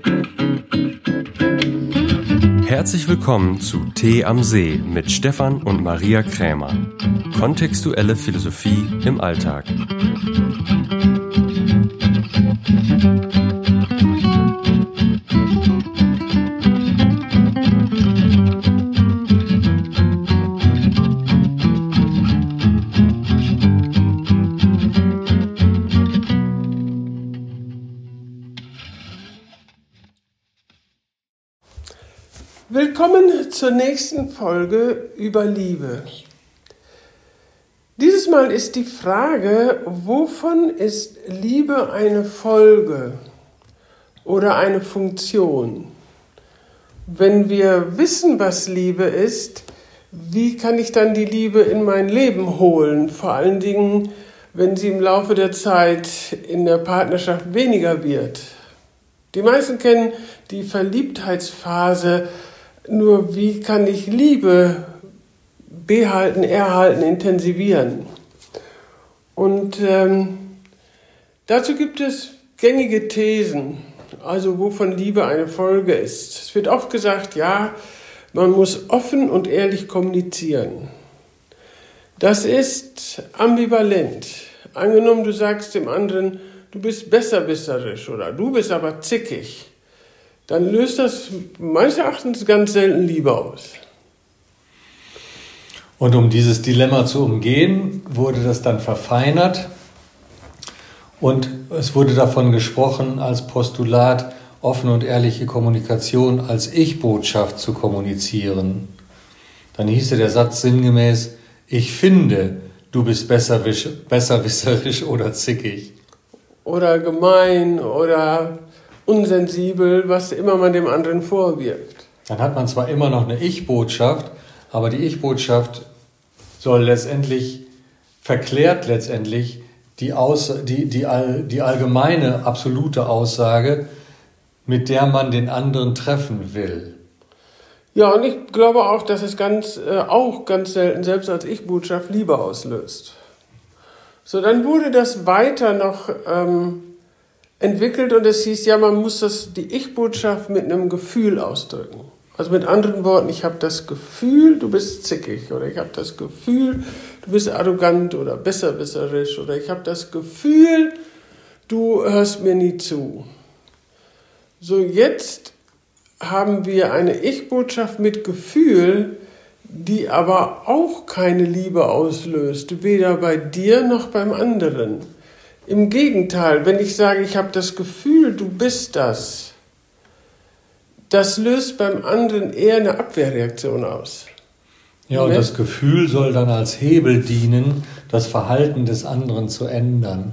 Herzlich willkommen zu Tee am See mit Stefan und Maria Krämer. Kontextuelle Philosophie im Alltag. Willkommen zur nächsten Folge über Liebe. Dieses Mal ist die Frage, wovon ist Liebe eine Folge oder eine Funktion? Wenn wir wissen, was Liebe ist, wie kann ich dann die Liebe in mein Leben holen? Vor allen Dingen, wenn sie im Laufe der Zeit in der Partnerschaft weniger wird. Die meisten kennen die Verliebtheitsphase. Nur wie kann ich Liebe behalten, erhalten, intensivieren? Und dazu gibt es gängige Thesen, also wovon Liebe eine Folge ist. Es wird oft gesagt, ja, man muss offen und ehrlich kommunizieren. Das ist ambivalent. Angenommen, du sagst dem anderen, du bist besserwisserisch oder du bist aber zickig. Dann löst das meines Erachtens ganz selten Liebe aus. Und um dieses Dilemma zu umgehen, wurde das dann verfeinert und es wurde davon gesprochen, als Postulat offene und ehrliche Kommunikation als Ich-Botschaft zu kommunizieren. Dann hieße der Satz sinngemäß, ich finde, du bist besserwisserisch oder zickig. Oder gemein oder unsensibel, was immer man dem anderen vorwirft. Dann hat man zwar immer noch eine Ich-Botschaft, aber die Ich-Botschaft verklärt letztendlich die allgemeine, absolute Aussage, mit der man den anderen treffen will. Ja, und ich glaube auch, dass es ganz selten, selbst als Ich-Botschaft, Liebe auslöst. So, dann wurde das weiter noch entwickelt und es hieß, ja, man muss die Ich-Botschaft mit einem Gefühl ausdrücken. Also mit anderen Worten, ich habe das Gefühl, du bist zickig oder ich habe das Gefühl, du bist arrogant oder besserwisserisch oder ich habe das Gefühl, du hörst mir nie zu. So, jetzt haben wir eine Ich-Botschaft mit Gefühl, die aber auch keine Liebe auslöst, weder bei dir noch beim anderen. Im Gegenteil, wenn ich sage, ich habe das Gefühl, du bist das, das löst beim anderen eher eine Abwehrreaktion aus. Ja, und das Gefühl soll dann als Hebel dienen, das Verhalten des anderen zu ändern.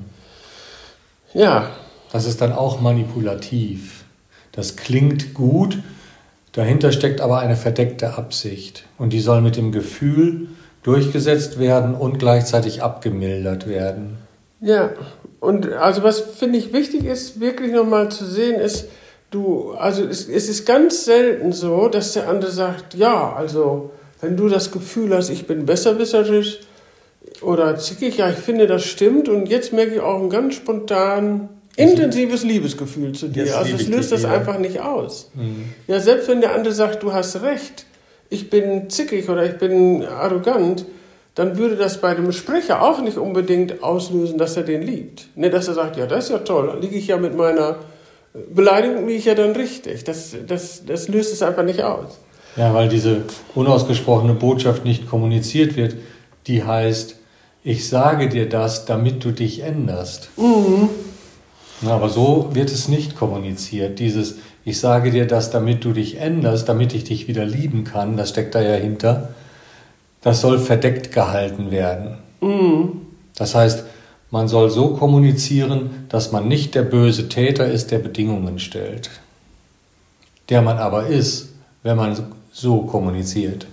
Ja. Das ist dann auch manipulativ. Das klingt gut, dahinter steckt aber eine verdeckte Absicht. Und die soll mit dem Gefühl durchgesetzt werden und gleichzeitig abgemildert werden. Ja, und also was finde ich wichtig ist, wirklich nochmal zu sehen, ist, es ist ganz selten so, dass der andere sagt, ja, also wenn du das Gefühl hast, ich bin besserwisserisch oder zickig, ja, ich finde, das stimmt und jetzt merke ich auch ein ganz spontan intensives Liebesgefühl zu dir. Also es löst das einfach nicht aus. Mhm. Ja, selbst wenn der andere sagt, du hast recht, ich bin zickig oder ich bin arrogant, dann würde das bei dem Sprecher auch nicht unbedingt auslösen, dass er den liebt. Ne, dass er sagt, ja, das ist ja toll, dann liege ich ja mit meiner Beleidigung liege ich ja dann richtig. Das löst es einfach nicht aus. Ja, weil diese unausgesprochene Botschaft nicht kommuniziert wird, die heißt, ich sage dir das, damit du dich änderst. Mhm. Ja, aber so wird es nicht kommuniziert. Dieses, ich sage dir das, damit du dich änderst, damit ich dich wieder lieben kann, das steckt da ja hinter. Das soll verdeckt gehalten werden. Mhm. Das heißt, man soll so kommunizieren, dass man nicht der böse Täter ist, der Bedingungen stellt. Der man aber ist, wenn man so kommuniziert.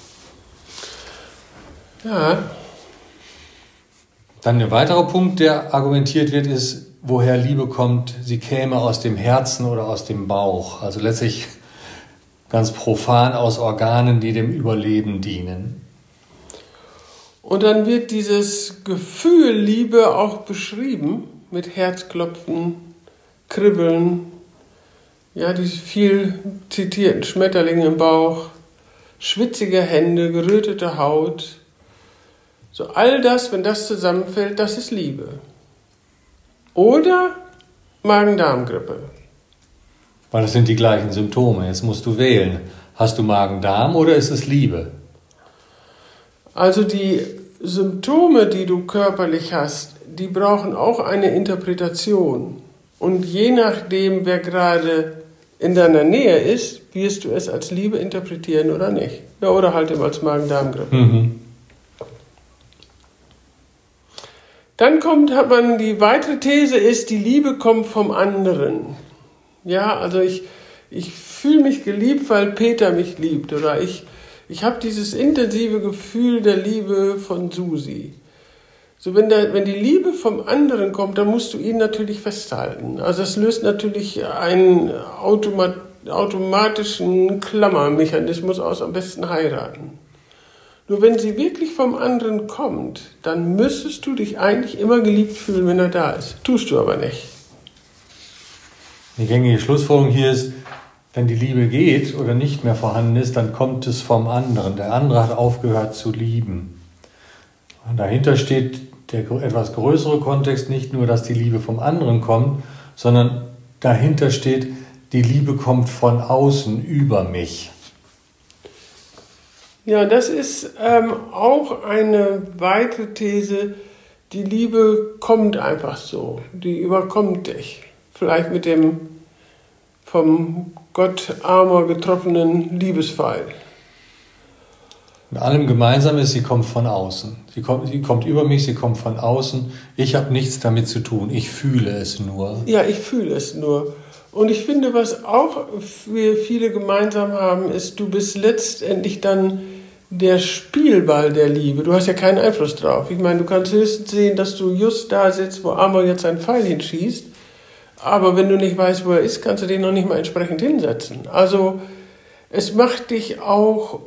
Ja. Dann ein weiterer Punkt, der argumentiert wird, ist, woher Liebe kommt. Sie käme aus dem Herzen oder aus dem Bauch. Also letztlich ganz profan aus Organen, die dem Überleben dienen. Und dann wird dieses Gefühl Liebe auch beschrieben mit Herzklopfen, Kribbeln, Ja, die viel zitierten Schmetterlinge im Bauch, schwitzige Hände, gerötete Haut. So all das, wenn das zusammenfällt, das ist Liebe. Oder Magen-Darm-Grippe. Weil das sind die gleichen Symptome. Jetzt musst du wählen. Hast du Magen-Darm oder ist es Liebe? Also die Symptome, die du körperlich hast, die brauchen auch eine Interpretation. Und je nachdem, wer gerade in deiner Nähe ist, wirst du es als Liebe interpretieren oder nicht. Ja, oder halt eben als Magen-Darm-Grippe. Mhm. Dann hat man die weitere These ist, die Liebe kommt vom anderen. Ja, also ich fühle mich geliebt, weil Peter mich liebt. Oder ich habe dieses intensive Gefühl der Liebe von Susi. So, wenn die Liebe vom anderen kommt, dann musst du ihn natürlich festhalten. Also das löst natürlich einen automatischen Klammermechanismus aus, am besten heiraten. Nur wenn sie wirklich vom anderen kommt, dann müsstest du dich eigentlich immer geliebt fühlen, wenn er da ist. Tust du aber nicht. Die gängige Schlussfolgerung hier ist, wenn die Liebe geht oder nicht mehr vorhanden ist, dann kommt es vom anderen. Der andere hat aufgehört zu lieben. Und dahinter steht der etwas größere Kontext, nicht nur, dass die Liebe vom anderen kommt, sondern dahinter steht, die Liebe kommt von außen über mich. Ja, das ist auch eine weitere These. Die Liebe kommt einfach so. Die überkommt dich. Vielleicht mit dem vom Gott Amor getroffenen Liebespfeil. Mit allem gemeinsam ist, sie kommt von außen. Sie kommt über mich, sie kommt von außen. Ich habe nichts damit zu tun. Ich fühle es nur. Ja, ich fühle es nur. Und ich finde, was auch wir viele gemeinsam haben, ist, du bist letztendlich dann der Spielball der Liebe. Du hast ja keinen Einfluss drauf. Ich meine, du kannst höchstens sehen, dass du just da sitzt, wo Amor jetzt einen Pfeil hinschießt. Aber wenn du nicht weißt, wo er ist, kannst du den noch nicht mal entsprechend hinsetzen. Also es macht dich auch,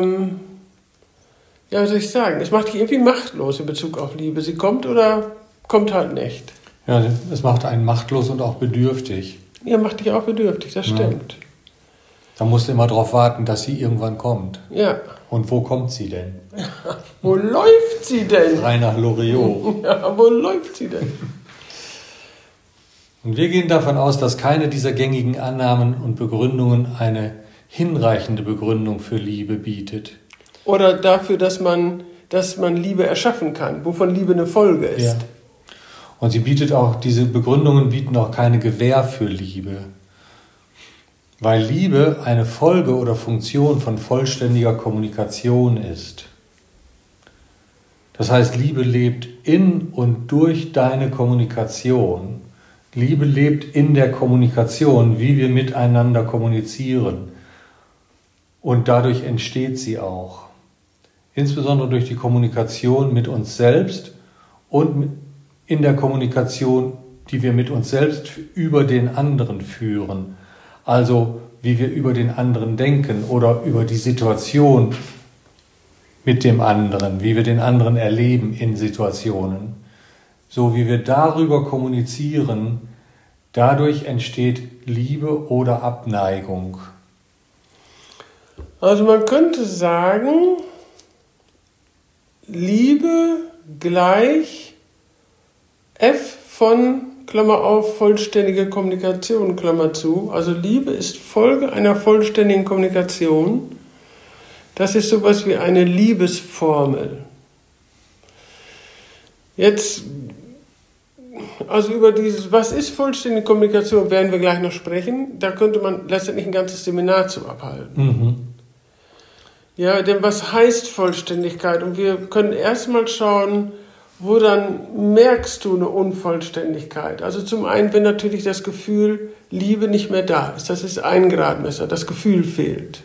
wie soll ich sagen, es macht dich irgendwie machtlos in Bezug auf Liebe. Sie kommt oder kommt halt nicht. Ja, es macht einen machtlos und auch bedürftig. Ja, macht dich auch bedürftig, das stimmt. Da musst du immer darauf warten, dass sie irgendwann kommt. Ja. Und wo kommt sie denn? Wo läuft sie denn? Frei nach Loriot. Ja, wo läuft sie denn? Und wir gehen davon aus, dass keine dieser gängigen Annahmen und Begründungen eine hinreichende Begründung für Liebe bietet. Oder dafür, dass man Liebe erschaffen kann, wovon Liebe eine Folge ist. Ja. Und diese Begründungen bieten auch keine Gewähr für Liebe. Weil Liebe eine Folge oder Funktion von vollständiger Kommunikation ist. Das heißt, Liebe lebt in und durch deine Kommunikation. Liebe lebt in der Kommunikation, wie wir miteinander kommunizieren. Und dadurch entsteht sie auch. Insbesondere durch die Kommunikation mit uns selbst und in der Kommunikation, die wir mit uns selbst über den anderen führen. Also wie wir über den anderen denken oder über die Situation mit dem anderen, wie wir den anderen erleben in Situationen. So wie wir darüber kommunizieren, dadurch entsteht Liebe oder Abneigung. Also man könnte sagen, Liebe gleich F von, Klammer auf, vollständige Kommunikation, Klammer zu. Also Liebe ist Folge einer vollständigen Kommunikation. Das ist sowas wie eine Liebesformel. Jetzt, also über dieses, was ist vollständige Kommunikation, werden wir gleich noch sprechen. Da könnte man letztendlich ein ganzes Seminar zu abhalten. Mhm. Ja, denn was heißt Vollständigkeit? Und wir können erstmal schauen, woran merkst du eine Unvollständigkeit? Also zum einen, wenn natürlich das Gefühl Liebe nicht mehr da ist. Das ist ein Gradmesser, das Gefühl fehlt.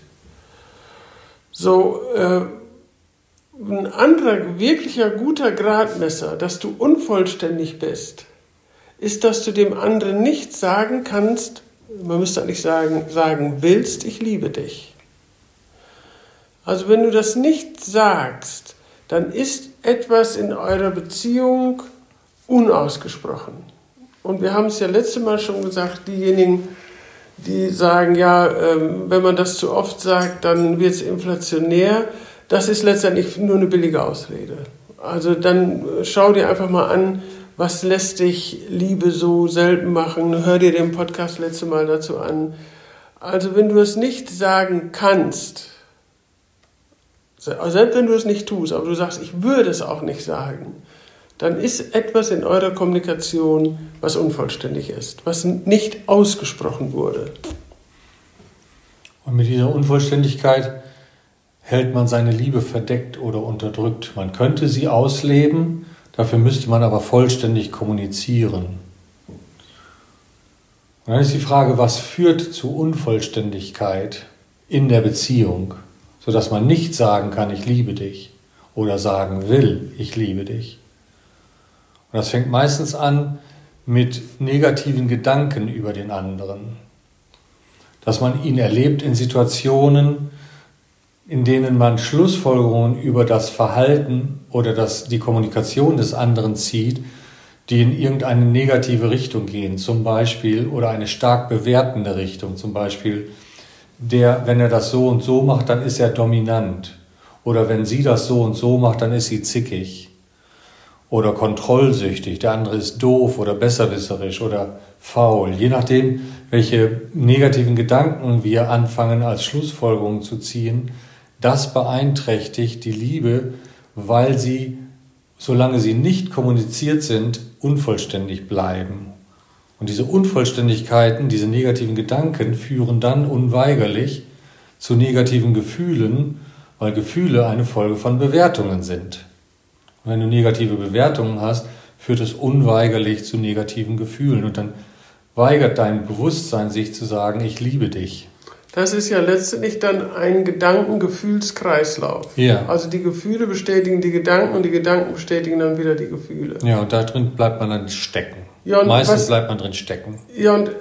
So, ein anderer wirklicher guter Gradmesser, dass du unvollständig bist, ist, dass du dem anderen nicht sagen kannst, man müsste eigentlich sagen willst, ich liebe dich. Also wenn du das nicht sagst, dann ist etwas in eurer Beziehung unausgesprochen. Und wir haben es ja letztes Mal schon gesagt, diejenigen, die sagen, ja, wenn man das zu oft sagt, dann wird es inflationär. Das ist letztendlich nur eine billige Ausrede. Also dann schau dir einfach mal an, was lässt dich Liebe so selten machen. Hör dir den Podcast letzte Mal dazu an. Also wenn du es nicht sagen kannst, selbst wenn du es nicht tust, aber du sagst, ich würde es auch nicht sagen, dann ist etwas in eurer Kommunikation, was unvollständig ist, was nicht ausgesprochen wurde. Und mit dieser Unvollständigkeit hält man seine Liebe verdeckt oder unterdrückt. Man könnte sie ausleben, dafür müsste man aber vollständig kommunizieren. Und dann ist die Frage, was führt zu Unvollständigkeit in der Beziehung, sodass man nicht sagen kann, ich liebe dich, oder sagen will, ich liebe dich. Und das fängt meistens an mit negativen Gedanken über den anderen. Dass man ihn erlebt in Situationen, in denen man Schlussfolgerungen über das Verhalten oder die Kommunikation des anderen zieht, die in irgendeine negative Richtung gehen, zum Beispiel, oder eine stark bewertende Richtung, zum Beispiel, wenn er das so und so macht, dann ist er dominant. Oder wenn sie das so und so macht, dann ist sie zickig. Oder kontrollsüchtig, der andere ist doof oder besserwisserisch oder faul. Je nachdem, welche negativen Gedanken wir anfangen als Schlussfolgerungen zu ziehen, das beeinträchtigt die Liebe, weil sie, solange sie nicht kommuniziert sind, unvollständig bleiben. Und diese Unvollständigkeiten, diese negativen Gedanken führen dann unweigerlich zu negativen Gefühlen, weil Gefühle eine Folge von Bewertungen sind. Und wenn du negative Bewertungen hast, führt es unweigerlich zu negativen Gefühlen. Und dann weigert dein Bewusstsein sich zu sagen, ich liebe dich. Das ist ja letztendlich dann ein Gedanken-Gefühlskreislauf. Ja. Also die Gefühle bestätigen die Gedanken und die Gedanken bestätigen dann wieder die Gefühle. Ja, und da drin bleibt man dann stecken. Ja, meistens bleibt man drin stecken. Ja, und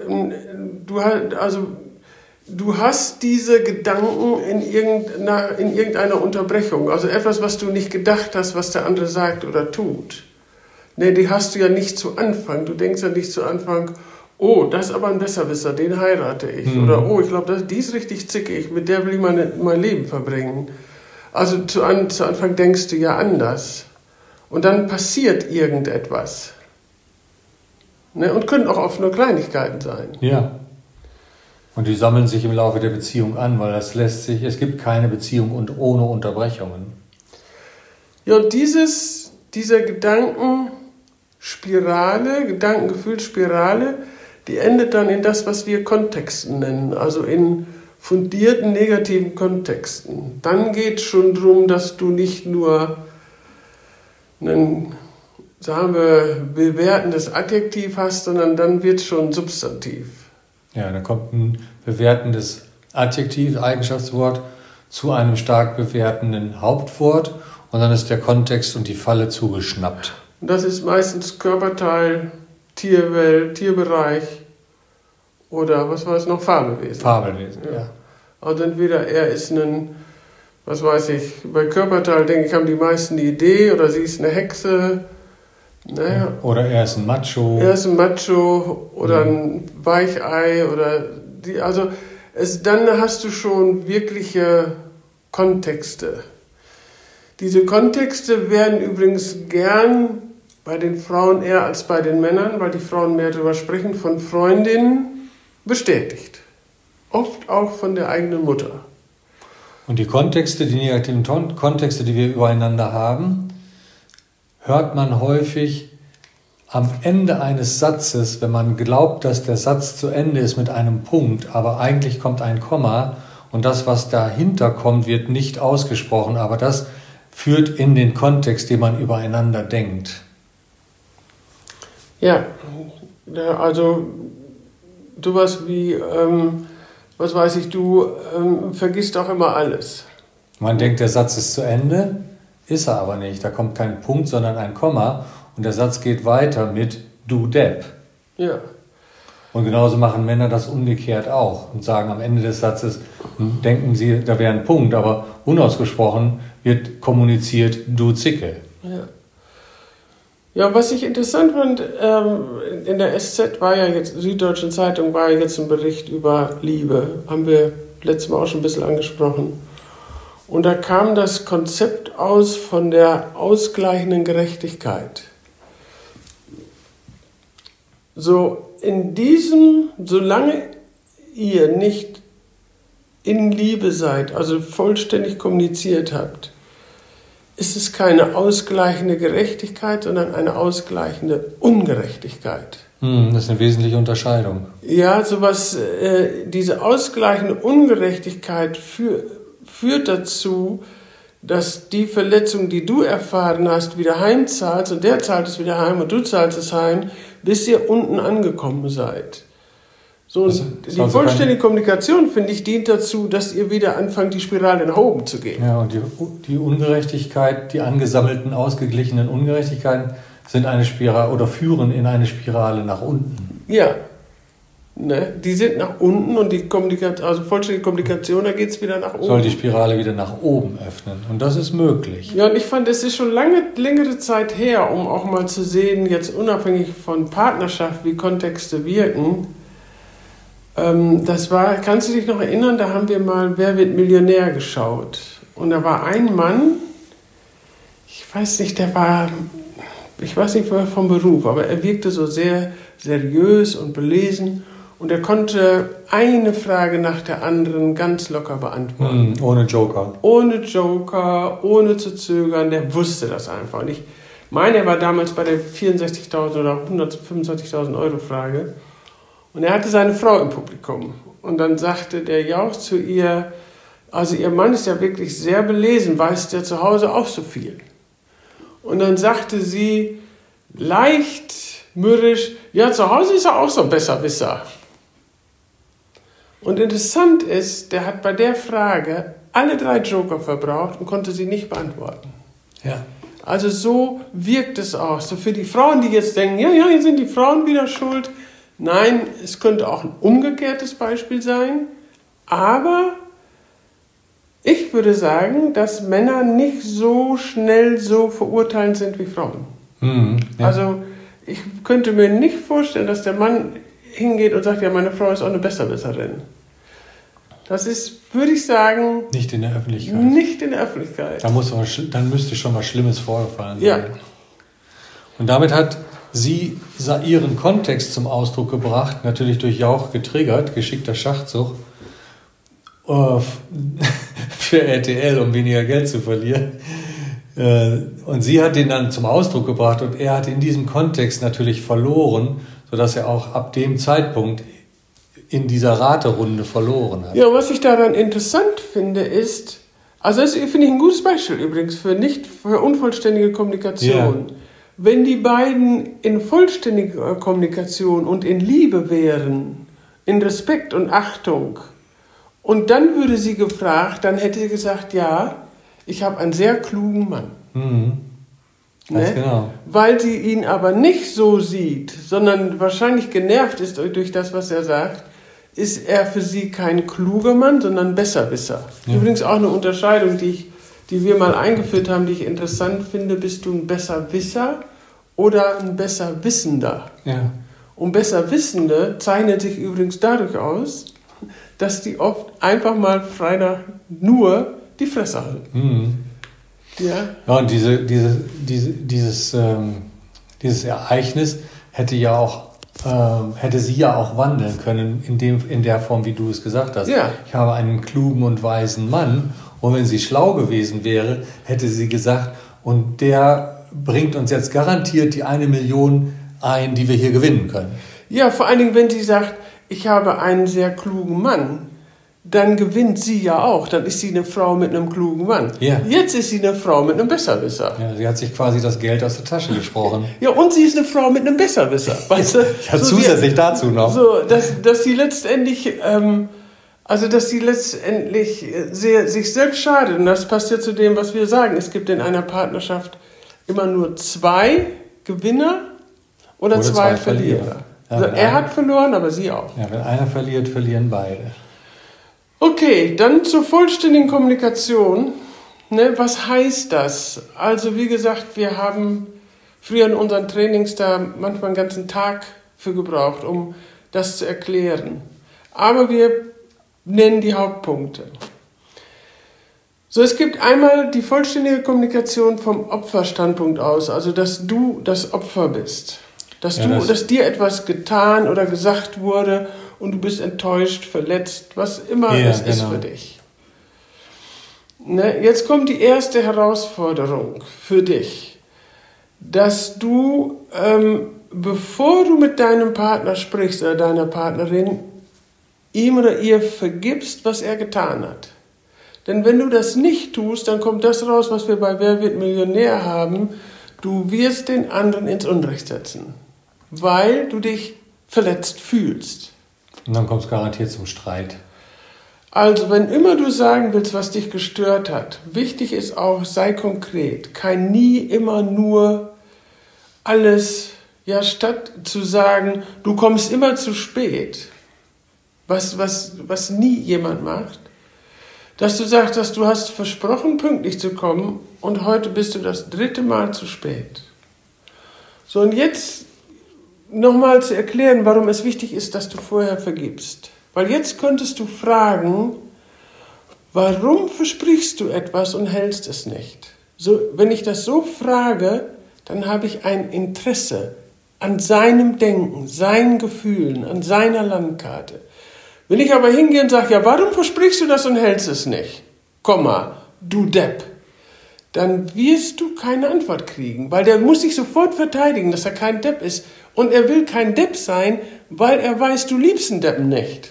du hast diese Gedanken in irgendeiner Unterbrechung, also etwas, was du nicht gedacht hast, was der andere sagt oder tut. Nee, die hast du ja nicht zu Anfang. Du denkst ja nicht zu Anfang, oh, das ist aber ein Besserwisser, den heirate ich. Oder, oh, ich glaube, die ist richtig zickig, mit der will ich mein Leben verbringen. Also zu Anfang denkst du ja anders. Und dann passiert irgendetwas. Ne? Und können auch oft nur Kleinigkeiten sein. Ja. Und die sammeln sich im Laufe der Beziehung an, weil es gibt keine Beziehung ohne Unterbrechungen. Ja, und dieser Gedankengefühlsspirale, die endet dann in das, was wir Kontexten nennen, also in fundierten negativen Kontexten. Dann geht es schon darum, dass du nicht nur ein, sagen wir, bewertendes Adjektiv hast, sondern dann wird es schon Substantiv. Ja, dann kommt ein bewertendes Adjektiv, Eigenschaftswort, zu einem stark bewertenden Hauptwort und dann ist der Kontext und die Falle zugeschnappt. Und das ist meistens Körperteil, Tierwelt, Tierbereich oder was war es noch? Fabelwesen. Fabelwesen, ja. Also entweder er ist was weiß ich, bei Körperteil denke ich, haben die meisten die Idee oder sie ist eine Hexe. Naja. Oder er ist ein Macho. Er ist ein Macho oder ein Weichei oder dann hast du schon wirkliche Kontexte. Diese Kontexte werden übrigens gern bei den Frauen eher als bei den Männern, weil die Frauen mehr darüber sprechen, von Freundinnen bestätigt. Oft auch von der eigenen Mutter. Und die negativen Kontexte, die wir übereinander haben, hört man häufig am Ende eines Satzes, wenn man glaubt, dass der Satz zu Ende ist mit einem Punkt, aber eigentlich kommt ein Komma und das, was dahinter kommt, wird nicht ausgesprochen, aber das führt in den Kontext, den man übereinander denkt. Ja, also sowas wie, was weiß ich, du vergisst auch immer alles. Man denkt, der Satz ist zu Ende, ist er aber nicht. Da kommt kein Punkt, sondern ein Komma und der Satz geht weiter mit du Depp. Ja. Und genauso machen Männer das umgekehrt auch und sagen am Ende des Satzes, denken sie, da wäre ein Punkt, aber unausgesprochen wird kommuniziert, du Zicke. Ja. Ja, was ich interessant fand, in der SZ war ja jetzt, Süddeutschen Zeitung war ja jetzt ein Bericht über Liebe. Haben wir letztes Mal auch schon ein bisschen angesprochen. Und da kam das Konzept aus von der ausgleichenden Gerechtigkeit. So, solange ihr nicht in Liebe seid, also vollständig kommuniziert habt, ist es keine ausgleichende Gerechtigkeit, sondern eine ausgleichende Ungerechtigkeit. Das ist eine wesentliche Unterscheidung. Ja, diese ausgleichende Ungerechtigkeit führt dazu, dass die Verletzung, die du erfahren hast, wieder heimzahlst und der zahlt es wieder heim und du zahlst es heim, bis ihr unten angekommen seid. So, die vollständige Kommunikation, finde ich, dient dazu, dass ihr wieder anfangt, die Spirale nach oben zu gehen. Ja, und die Ungerechtigkeit, die angesammelten, ausgeglichenen Ungerechtigkeiten sind eine Spirale oder führen in eine Spirale nach unten. Ja, ne? Die sind nach unten und die vollständige Kommunikation, da geht es wieder nach oben. Soll die Spirale wieder nach oben öffnen. Und das ist möglich. Ja, und ich fand, es ist schon längere Zeit her, um auch mal zu sehen, jetzt unabhängig von Partnerschaft, wie Kontexte wirken. Kannst du dich noch erinnern, da haben wir mal Wer wird Millionär geschaut. Und da war ein Mann, ich weiß nicht vom Beruf, aber er wirkte so sehr seriös und belesen und er konnte eine Frage nach der anderen ganz locker beantworten. Ohne Joker. Ohne Joker, ohne zu zögern, der wusste das einfach. Und ich meine, er war damals bei der 64.000 oder 125.000 Euro Frage. Und er hatte seine Frau im Publikum. Und dann sagte der Jauch zu ihr, also ihr Mann ist ja wirklich sehr belesen, weiß der zu Hause auch so viel. Und dann sagte sie, leicht, mürrisch, ja, zu Hause ist er auch so ein Besserwisser. Und interessant ist, der hat bei der Frage alle 3 Joker verbraucht und konnte sie nicht beantworten. Ja. Also so wirkt es auch. So für die Frauen, die jetzt denken, ja, hier sind die Frauen wieder schuld. Nein, es könnte auch ein umgekehrtes Beispiel sein, aber ich würde sagen, dass Männer nicht so schnell so verurteilend sind wie Frauen. Ja. Also ich könnte mir nicht vorstellen, dass der Mann hingeht und sagt, ja, meine Frau ist auch eine Besserwisserin. Das ist, würde ich sagen... Nicht in der Öffentlichkeit. Nicht in der Öffentlichkeit. Dann müsste schon was Schlimmes vorgefallen sein. Ja. Und damit hat sie ihren Kontext zum Ausdruck gebracht, natürlich durch Jauch getriggert, geschickter Schachzug, für RTL, um weniger Geld zu verlieren. Und sie hat den dann zum Ausdruck gebracht und er hat in diesem Kontext natürlich verloren, sodass er auch ab dem Zeitpunkt in dieser Raterunde verloren hat. Ja, was ich daran interessant finde, ist, also das finde ich ein gutes Beispiel übrigens für unvollständige Kommunikation. Ja. Wenn die beiden in vollständiger Kommunikation und in Liebe wären, in Respekt und Achtung, und dann würde sie gefragt, dann hätte sie gesagt, ja, ich habe einen sehr klugen Mann. Ganz genau. Weil sie ihn aber nicht so sieht, sondern wahrscheinlich genervt ist durch das, was er sagt, ist er für sie kein kluger Mann, sondern ein Besserwisser. Ja. Übrigens auch eine Unterscheidung, die wir mal eingeführt haben, die ich interessant finde. Bist du ein Besserwisser oder ein Besserwissender? Ja. Und Besserwissende zeichnet sich übrigens dadurch aus, dass die oft einfach mal frei nach nur die Fresse halten. Ja, und dieses Ereignis hätte sie ja auch wandeln können in der Form, wie du es gesagt hast. Ja. Ich habe einen klugen und weisen Mann, und wenn sie schlau gewesen wäre, hätte sie gesagt, und der bringt uns jetzt garantiert die 1 Million ein, die wir hier gewinnen können. Ja, vor allen Dingen, wenn sie sagt, ich habe einen sehr klugen Mann, dann gewinnt sie ja auch. Dann ist sie eine Frau mit einem klugen Mann. Ja. Jetzt ist sie eine Frau mit einem Besserwisser. Ja, sie hat sich quasi das Geld aus der Tasche gesprochen. Ja, und sie ist eine Frau mit einem Besserwisser. Weißt du? Ja, so zusätzlich dazu noch. So, dass sie letztendlich, sich selbst schadet. Und das passt ja zu dem, was wir sagen. Es gibt in einer Partnerschaft immer nur 2 Gewinner oder 2 Verlierer. Ja, also er hat verloren, aber sie auch. Ja, wenn einer verliert, verlieren beide. Okay, dann zur vollständigen Kommunikation. Ne, was heißt das? Also wie gesagt, wir haben früher in unseren Trainings da manchmal einen ganzen Tag für gebraucht, um das zu erklären. Aber wir nennen die Hauptpunkte. So, es gibt einmal die vollständige Kommunikation vom Opferstandpunkt aus, also dass du das Opfer bist. Dass dir etwas getan oder gesagt wurde und du bist enttäuscht, verletzt, was immer es ist für dich. Ne, jetzt kommt die erste Herausforderung für dich, dass du, bevor du mit deinem Partner sprichst oder deiner Partnerin, ihm oder ihr vergibst, was er getan hat. Denn wenn du das nicht tust, dann kommt das raus, was wir bei Wer wird Millionär haben. Du wirst den anderen ins Unrecht setzen, weil du dich verletzt fühlst. Und dann kommt es garantiert zum Streit. Also, wenn immer du sagen willst, was dich gestört hat, wichtig ist auch, sei konkret. Kein nie, immer nur, alles, ja, statt zu sagen, du kommst immer zu spät, was nie jemand macht, dass du sagst, dass du hast versprochen, pünktlich zu kommen und heute bist du das 3. Mal zu spät. So, und jetzt nochmal zu erklären, warum es wichtig ist, dass du vorher vergibst. Weil jetzt könntest du fragen, warum versprichst du etwas und hältst es nicht? So, wenn ich das so frage, dann habe ich ein Interesse an seinem Denken, seinen Gefühlen, an seiner Landkarte. Wenn ich aber hingehe und sage, ja, warum versprichst du das und hältst es nicht? Komma, du Depp. Dann wirst du keine Antwort kriegen, weil der muss sich sofort verteidigen, dass er kein Depp ist. Und er will kein Depp sein, weil er weiß, du liebst einen Deppen nicht.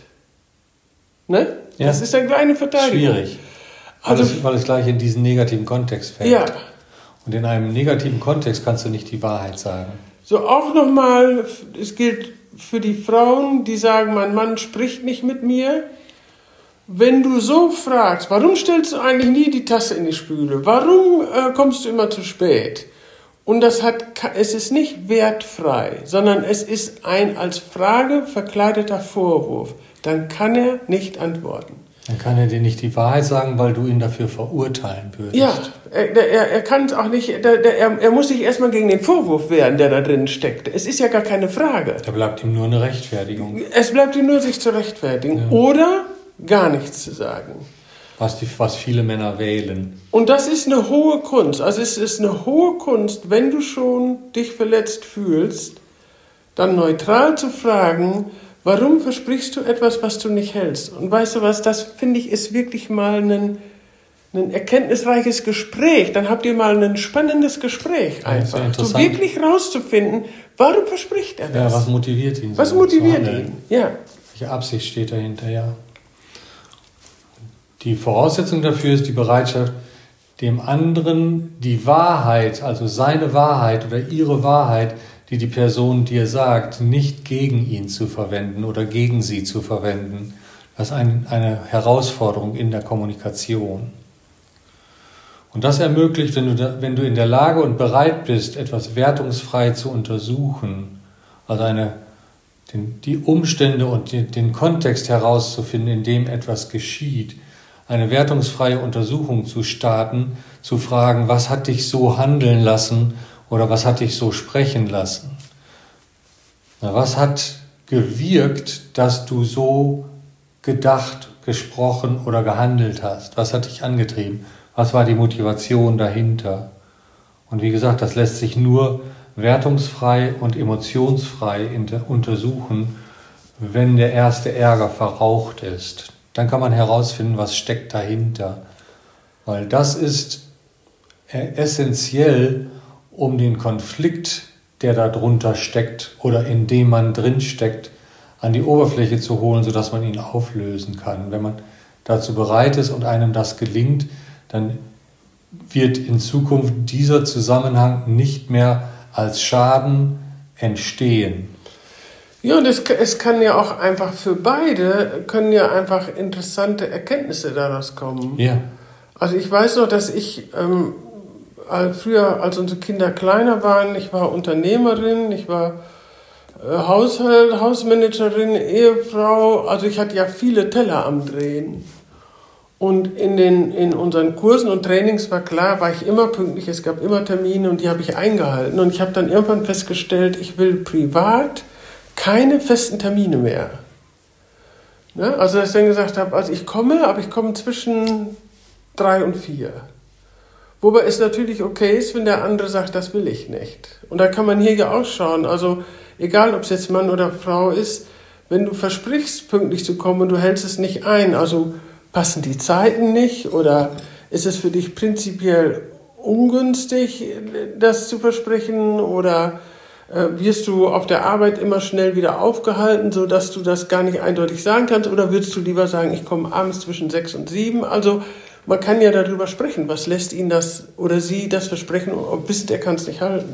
Ne? Ja. Das ist eine kleine Verteidigung. Schwierig, weil es gleich in diesen negativen Kontext fällt. Ja. Und in einem negativen Kontext kannst du nicht die Wahrheit sagen. So, auch nochmal, es gilt für die Frauen, die sagen, mein Mann spricht nicht mit mir. Wenn du so fragst, warum stellst du eigentlich nie die Tasse in die Spüle? Warum kommst du immer zu spät? Und es ist nicht wertfrei, sondern es ist ein als Frage verkleideter Vorwurf. Dann kann er nicht antworten. Dann kann er dir nicht die Wahrheit sagen, weil du ihn dafür verurteilen würdest. Ja, er kann es auch nicht, er muss sich erstmal gegen den Vorwurf wehren, der da drin steckt. Es ist ja gar keine Frage. Da bleibt ihm nur eine Rechtfertigung. Es bleibt ihm nur, sich zu rechtfertigen oder gar nichts zu sagen. Was viele Männer wählen. Und das ist eine hohe Kunst. Also es ist eine hohe Kunst, wenn du schon dich verletzt fühlst, dann neutral zu fragen, warum versprichst du etwas, was du nicht hältst? Und weißt du was, das finde ich ist wirklich mal ein erkenntnisreiches Gespräch. Dann habt ihr mal ein spannendes Gespräch einfach. So wirklich rauszufinden, warum verspricht er das? Ja, was motiviert ihn? Was motiviert ihn? Ja. Welche Absicht steht dahinter, ja. Die Voraussetzung dafür ist die Bereitschaft, dem anderen die Wahrheit, also seine Wahrheit oder ihre Wahrheit, die die Person dir sagt, nicht gegen ihn zu verwenden oder gegen sie zu verwenden. Das ist eine Herausforderung in der Kommunikation. Und das ermöglicht, wenn du in der Lage und bereit bist, etwas wertungsfrei zu untersuchen, also die Umstände und den Kontext herauszufinden, in dem etwas geschieht, eine wertungsfreie Untersuchung zu starten, zu fragen, was hat dich so handeln lassen oder was hat dich so sprechen lassen? Was hat gewirkt, dass du so gedacht, gesprochen oder gehandelt hast? Was hat dich angetrieben? Was war die Motivation dahinter? Und wie gesagt, das lässt sich nur wertungsfrei und emotionsfrei untersuchen, wenn der erste Ärger verraucht ist. Dann kann man herausfinden, was steckt dahinter. Weil das ist essentiell, um den Konflikt, der da drunter steckt oder in dem man drin steckt, an die Oberfläche zu holen, sodass man ihn auflösen kann. Wenn man dazu bereit ist und einem das gelingt, dann wird in Zukunft dieser Zusammenhang nicht mehr als Schaden entstehen. Ja, und es kann ja auch einfach für beide, können ja einfach interessante Erkenntnisse daraus kommen. Ja. Also ich weiß noch, dass ich früher, als unsere Kinder kleiner waren, ich war Unternehmerin, ich war Hausmanagerin, Ehefrau, also ich hatte ja viele Teller am Drehen. Und in unseren Kursen und Trainings war klar, war ich immer pünktlich, es gab immer Termine und die habe ich eingehalten. Und ich habe dann irgendwann festgestellt, ich will privat keine festen Termine mehr. Ne? Also dass ich dann gesagt habe, also ich komme, aber ich komme zwischen 3 und 4. Wobei es natürlich okay ist, wenn der andere sagt, das will ich nicht. Und da kann man hier ja auch schauen, also egal ob es jetzt Mann oder Frau ist, wenn du versprichst, pünktlich zu kommen und du hältst es nicht ein, also passen die Zeiten nicht oder ist es für dich prinzipiell ungünstig, das zu versprechen oder wirst du auf der Arbeit immer schnell wieder aufgehalten, sodass du das gar nicht eindeutig sagen kannst oder würdest du lieber sagen, ich komme abends zwischen 6 und 7? Also man kann ja darüber sprechen, was lässt ihn das oder sie das versprechen und wisst, er kann es nicht halten.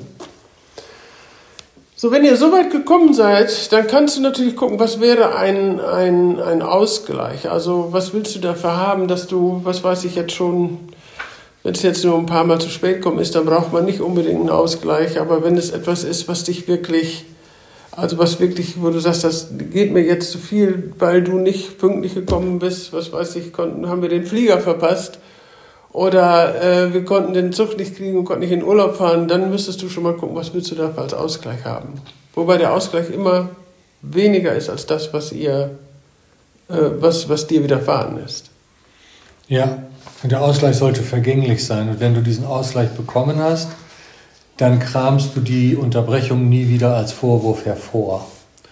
So, wenn ihr so weit gekommen seid, dann kannst du natürlich gucken, was wäre ein Ausgleich. Also was willst du dafür haben, dass du, was weiß ich jetzt schon, wenn es jetzt nur ein paar Mal zu spät kommen ist, dann braucht man nicht unbedingt einen Ausgleich. Aber wenn es etwas ist, was dich wirklich, also was wirklich, wo du sagst, das geht mir jetzt zu viel, weil du nicht pünktlich gekommen bist, was weiß ich, haben wir den Flieger verpasst oder wir konnten den Zug nicht kriegen und konnten nicht in den Urlaub fahren, dann müsstest du schon mal gucken, was willst du dafür als Ausgleich haben. Wobei der Ausgleich immer weniger ist als das, was dir widerfahren ist. Ja, und der Ausgleich sollte vergänglich sein. Und wenn du diesen Ausgleich bekommen hast, dann kramst du die Unterbrechung nie wieder als Vorwurf hervor.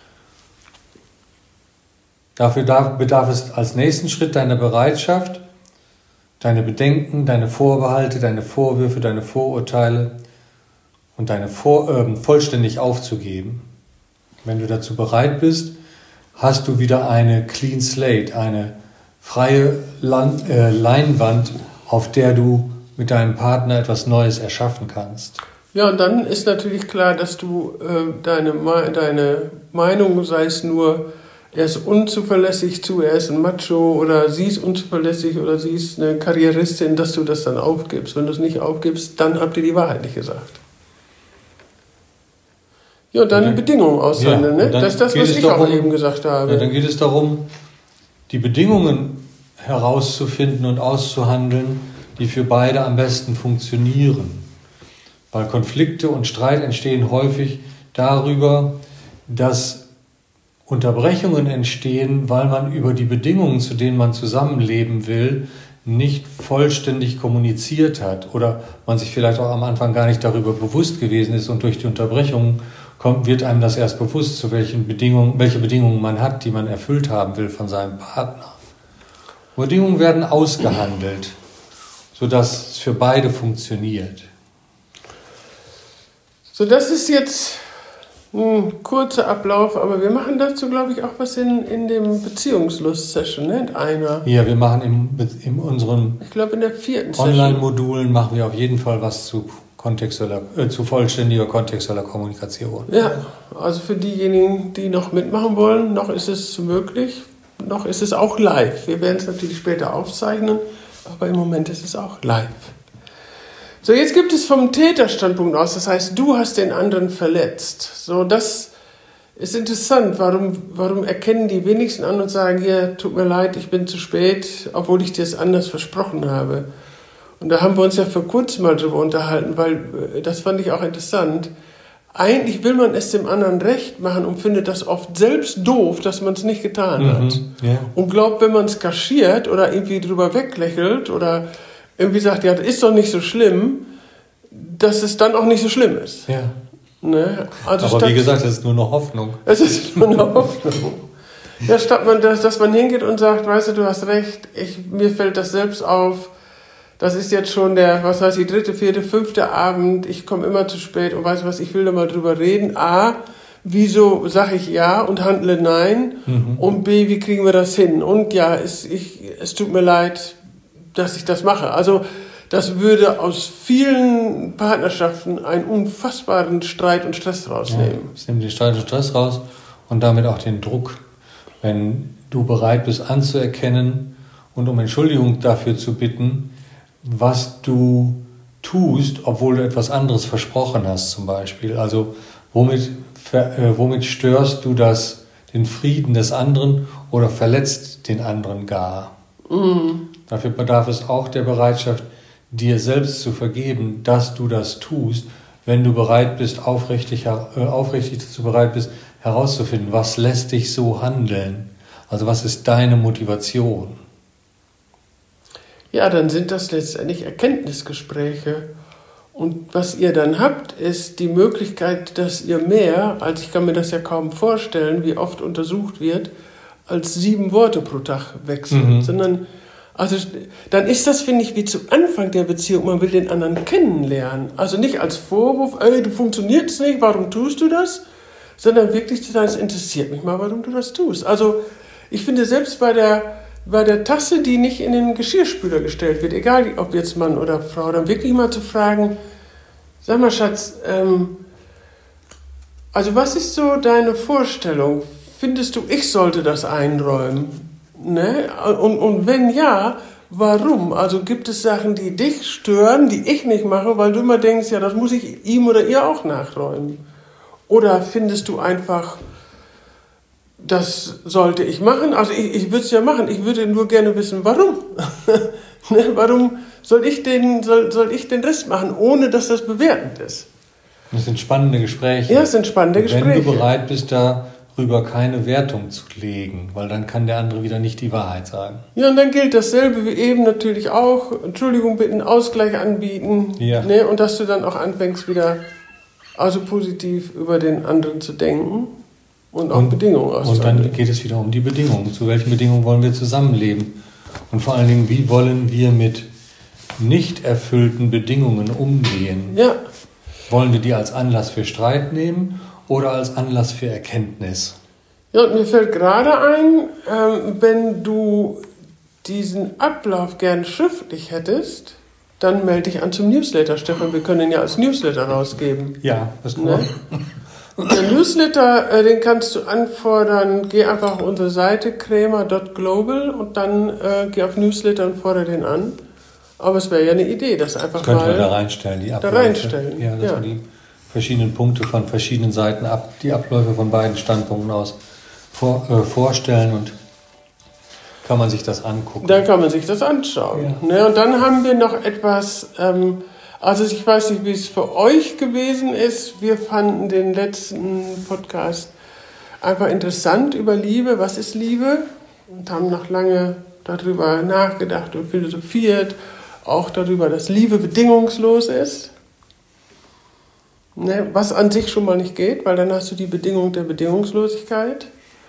Dafür bedarf es als nächsten Schritt deiner Bereitschaft, deine Bedenken, deine Vorbehalte, deine Vorwürfe, deine Vorurteile und deine vollständig aufzugeben. Wenn du dazu bereit bist, hast du wieder eine clean slate, eine freie Leinwand, auf der du mit deinem Partner etwas Neues erschaffen kannst. Ja, und dann ist natürlich klar, dass du deine Meinung, sei es nur, er ist unzuverlässig er ist ein Macho oder sie ist unzuverlässig oder sie ist eine Karrieristin, dass du das dann aufgibst. Wenn du es nicht aufgibst, dann habt ihr die Wahrheit nicht gesagt. Ja, und dann die Bedingungen aushandeln, ne? Das ist das, was ich auch eben gesagt habe. Ja, dann geht es darum, die Bedingungen herauszufinden und auszuhandeln, die für beide am besten funktionieren. Weil Konflikte und Streit entstehen häufig darüber, dass Unterbrechungen entstehen, weil man über die Bedingungen, zu denen man zusammenleben will, nicht vollständig kommuniziert hat oder man sich vielleicht auch am Anfang gar nicht darüber bewusst gewesen ist und durch die Unterbrechungen wird einem das erst bewusst, zu welche Bedingungen man hat, die man erfüllt haben will von seinem Partner. Bedingungen werden ausgehandelt, sodass es für beide funktioniert. So, das ist jetzt ein kurzer Ablauf, aber wir machen dazu, glaube ich, auch was in dem Beziehungslust-Session, ne? Ja, wir machen in unseren ich glaube, in der 4. Online-Modulen machen wir auf jeden Fall was zu vollständiger kontextueller Kommunikation. Ja, also für diejenigen, die noch mitmachen wollen, noch ist es möglich, noch ist es auch live. Wir werden es natürlich später aufzeichnen, aber im Moment ist es auch live. So, jetzt gibt es vom Täterstandpunkt aus, das heißt, du hast den anderen verletzt. So, das ist interessant. Warum erkennen die wenigsten an und sagen, hier, tut mir leid, ich bin zu spät, obwohl ich dir es anders versprochen habe. Und da haben wir uns ja vor kurzem mal drüber unterhalten, weil das fand ich auch interessant. Eigentlich will man es dem anderen recht machen und findet das oft selbst doof, dass man es nicht getan hat. Ja. Und glaubt, wenn man es kaschiert oder irgendwie drüber weglächelt oder irgendwie sagt, ja, das ist doch nicht so schlimm, dass es dann auch nicht so schlimm ist. Ja. Ne? Also aber wie gesagt, es ist nur eine Hoffnung. Es ist nur eine Hoffnung. Ja, statt dass man hingeht und sagt, weißt du hast recht, mir fällt das selbst auf, das ist jetzt schon der, 3., 4., 5. Abend, ich komme immer zu spät und weißt du was, ich will da mal drüber reden. A, wieso sage ich ja und handle nein? Und B, wie kriegen wir das hin? Und ja, es tut mir leid, dass ich das mache. Also das würde aus vielen Partnerschaften einen unfassbaren Streit und Stress rausnehmen. Ja, es nimmt den Streit und Stress raus und damit auch den Druck. Wenn du bereit bist anzuerkennen und um Entschuldigung dafür zu bitten, was du tust, obwohl du etwas anderes versprochen hast zum Beispiel. Also womit störst du den Frieden des anderen oder verletzt den anderen gar? Dafür bedarf es auch der Bereitschaft, dir selbst zu vergeben, dass du das tust, wenn du bereit bist, aufrichtig dazu bereit bist, herauszufinden, was lässt dich so handeln. Also was ist deine Motivation? Ja, dann sind das letztendlich Erkenntnisgespräche. Und was ihr dann habt, ist die Möglichkeit, dass ihr mehr, als ich kann mir das ja kaum vorstellen, wie oft untersucht wird, als 7 Worte pro Tag wechseln. Sondern, also dann ist das, finde ich, wie zu Anfang der Beziehung, man will den anderen kennenlernen. Also nicht als Vorwurf, ey, du funktionierst nicht, warum tust du das? Sondern wirklich zu sagen, es interessiert mich mal, warum du das tust. Also ich finde, selbst bei der Tasse, die nicht in den Geschirrspüler gestellt wird, egal ob jetzt Mann oder Frau, dann wirklich mal zu fragen, sag mal Schatz, also was ist so deine Vorstellung? Findest du, ich sollte das einräumen? Ne? Und wenn ja, warum? Also gibt es Sachen, die dich stören, die ich nicht mache, weil du immer denkst, ja, das muss ich ihm oder ihr auch nachräumen? Oder findest du einfach, das sollte ich machen? Also ich würde es ja machen, ich würde nur gerne wissen, warum? Ne? Warum soll ich den Rest machen, ohne dass das bewertend ist? Das sind spannende Gespräche. Ja, es sind spannende Gespräche. Wenn du bereit bist, darüber keine Wertung zu legen, weil dann kann der andere wieder nicht die Wahrheit sagen. Ja, und dann gilt dasselbe wie eben natürlich auch. Entschuldigung bitten, Ausgleich anbieten. Ja. Ne? Und dass du dann auch anfängst, wieder also positiv über den anderen zu denken und auch Bedingungen auszuhandeln. Und dann geht es wieder um die Bedingungen. Zu welchen Bedingungen wollen wir zusammenleben? Und vor allen Dingen, wie wollen wir mit nicht erfüllten Bedingungen umgehen? Ja. Wollen wir die als Anlass für Streit nehmen oder als Anlass für Erkenntnis? Ja, und mir fällt gerade ein, wenn du diesen Ablauf gern schriftlich hättest, dann melde dich an zum Newsletter, Stefan. Wir können ihn ja als Newsletter rausgeben. Ja, das kann Ne? Der Newsletter, den kannst du anfordern. Geh einfach auf unsere Seite kremer.global und dann geh auf Newsletter und fordere den an. Aber es wäre ja eine Idee, das einfach könnte mal man da reinstellen, die Abläufe. da reinstellen. Ja, dass man die verschiedenen Punkte von verschiedenen Seiten die Abläufe von beiden Standpunkten aus vorstellen und kann man sich das angucken. Dann kann man sich das anschauen. Ja. Ne, und dann haben wir noch etwas, also ich weiß nicht, wie es für euch gewesen ist. Wir fanden den letzten Podcast einfach interessant über Liebe. Was ist Liebe? Und haben noch lange darüber nachgedacht und philosophiert. Auch darüber, dass Liebe bedingungslos ist. Ne, was an sich schon mal nicht geht, weil dann hast du die Bedingung der Bedingungslosigkeit.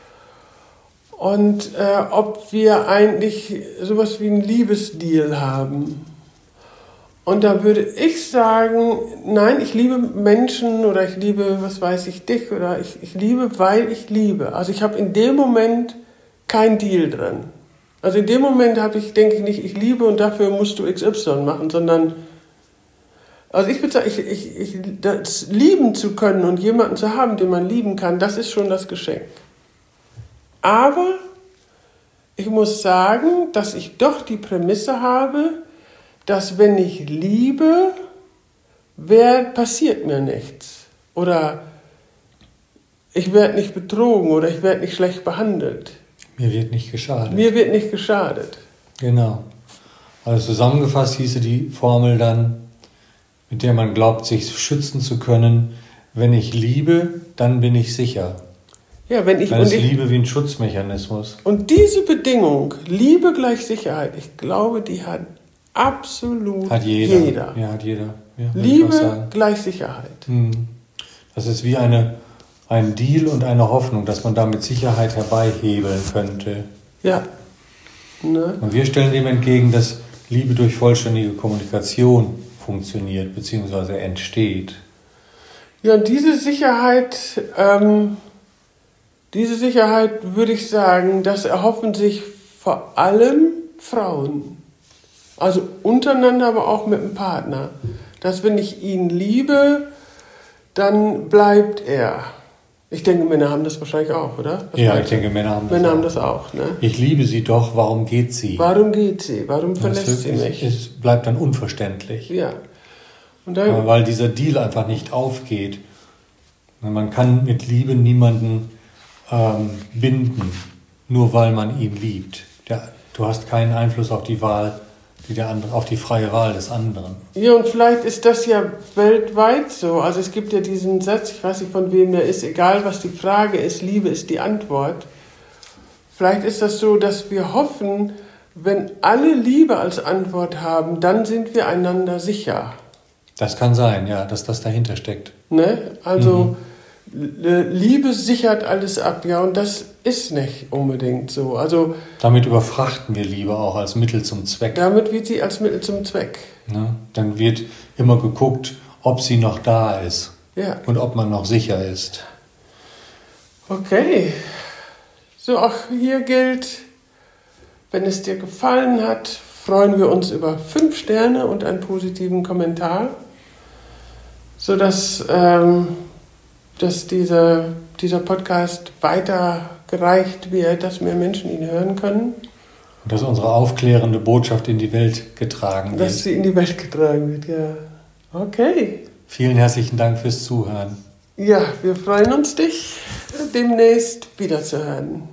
Und ob wir eigentlich sowas wie einen Liebesdeal haben. Und da würde ich sagen, nein, ich liebe Menschen oder ich liebe, was weiß ich, dich oder ich liebe, weil ich liebe. Also ich habe in dem Moment kein Deal drin. Also in dem Moment denke ich nicht, ich liebe und dafür musst du XY machen, sondern, also ich würde sagen, das lieben zu können und jemanden zu haben, den man lieben kann, das ist schon das Geschenk. Aber ich muss sagen, dass ich doch die Prämisse habe, dass wenn ich liebe, passiert mir nichts. Oder ich werde nicht betrogen oder ich werde nicht schlecht behandelt. Mir wird nicht geschadet. Mir wird nicht geschadet. Genau. Also zusammengefasst hieße die Formel dann, mit der man glaubt, sich schützen zu können, wenn ich liebe, dann bin ich sicher. Ja, wenn ich, dann ist Liebe wie ein Schutzmechanismus. Und diese Bedingung, Liebe gleich Sicherheit, ich glaube, die hat absolut jeder. Ja, hat jeder. Ja, Liebe gleich Sicherheit. Das ist wie ein Deal und eine Hoffnung, dass man damit Sicherheit herbeihebeln könnte. Ja. Ne? Und wir stellen dem entgegen, dass Liebe durch vollständige Kommunikation funktioniert bzw. entsteht. Ja, und diese Sicherheit würde ich sagen, das erhoffen sich vor allem Frauen. Also untereinander, aber auch mit dem Partner. Dass wenn ich ihn liebe, dann bleibt er. Ich denke, Männer haben das wahrscheinlich auch, oder? Ich denke, Männer haben das auch. Ne? Ich liebe sie doch, warum geht sie? Warum geht sie? Warum verlässt sie mich? Es bleibt dann unverständlich. Ja. Und dann, weil dieser Deal einfach nicht aufgeht. Man kann mit Liebe niemanden binden, nur weil man ihn liebt. Du hast keinen Einfluss auf die Wahl, auf die freie Wahl des anderen. Ja, und vielleicht ist das ja weltweit so. Also es gibt ja diesen Satz, ich weiß nicht von wem der ist, egal was die Frage ist, Liebe ist die Antwort. Vielleicht ist das so, dass wir hoffen, wenn alle Liebe als Antwort haben, dann sind wir einander sicher. Das kann sein, ja, dass das dahinter steckt. Ne? Also Liebe sichert alles ab, ja, und das ist nicht unbedingt so. Also damit überfrachten wir Liebe auch als Mittel zum Zweck. Damit wird sie als Mittel zum Zweck. Ne? Dann wird immer geguckt, ob sie noch da ist, ja, und ob man noch sicher ist. Okay. So, auch hier gilt, wenn es dir gefallen hat, freuen wir uns über 5 Sterne und einen positiven Kommentar, sodass dass dieser Podcast weitergereicht wird, dass mehr Menschen ihn hören können. Und dass unsere aufklärende Botschaft in die Welt getragen wird. Dass sie in die Welt getragen wird, ja. Okay. Vielen herzlichen Dank fürs Zuhören. Ja, wir freuen uns, dich demnächst wiederzuhören.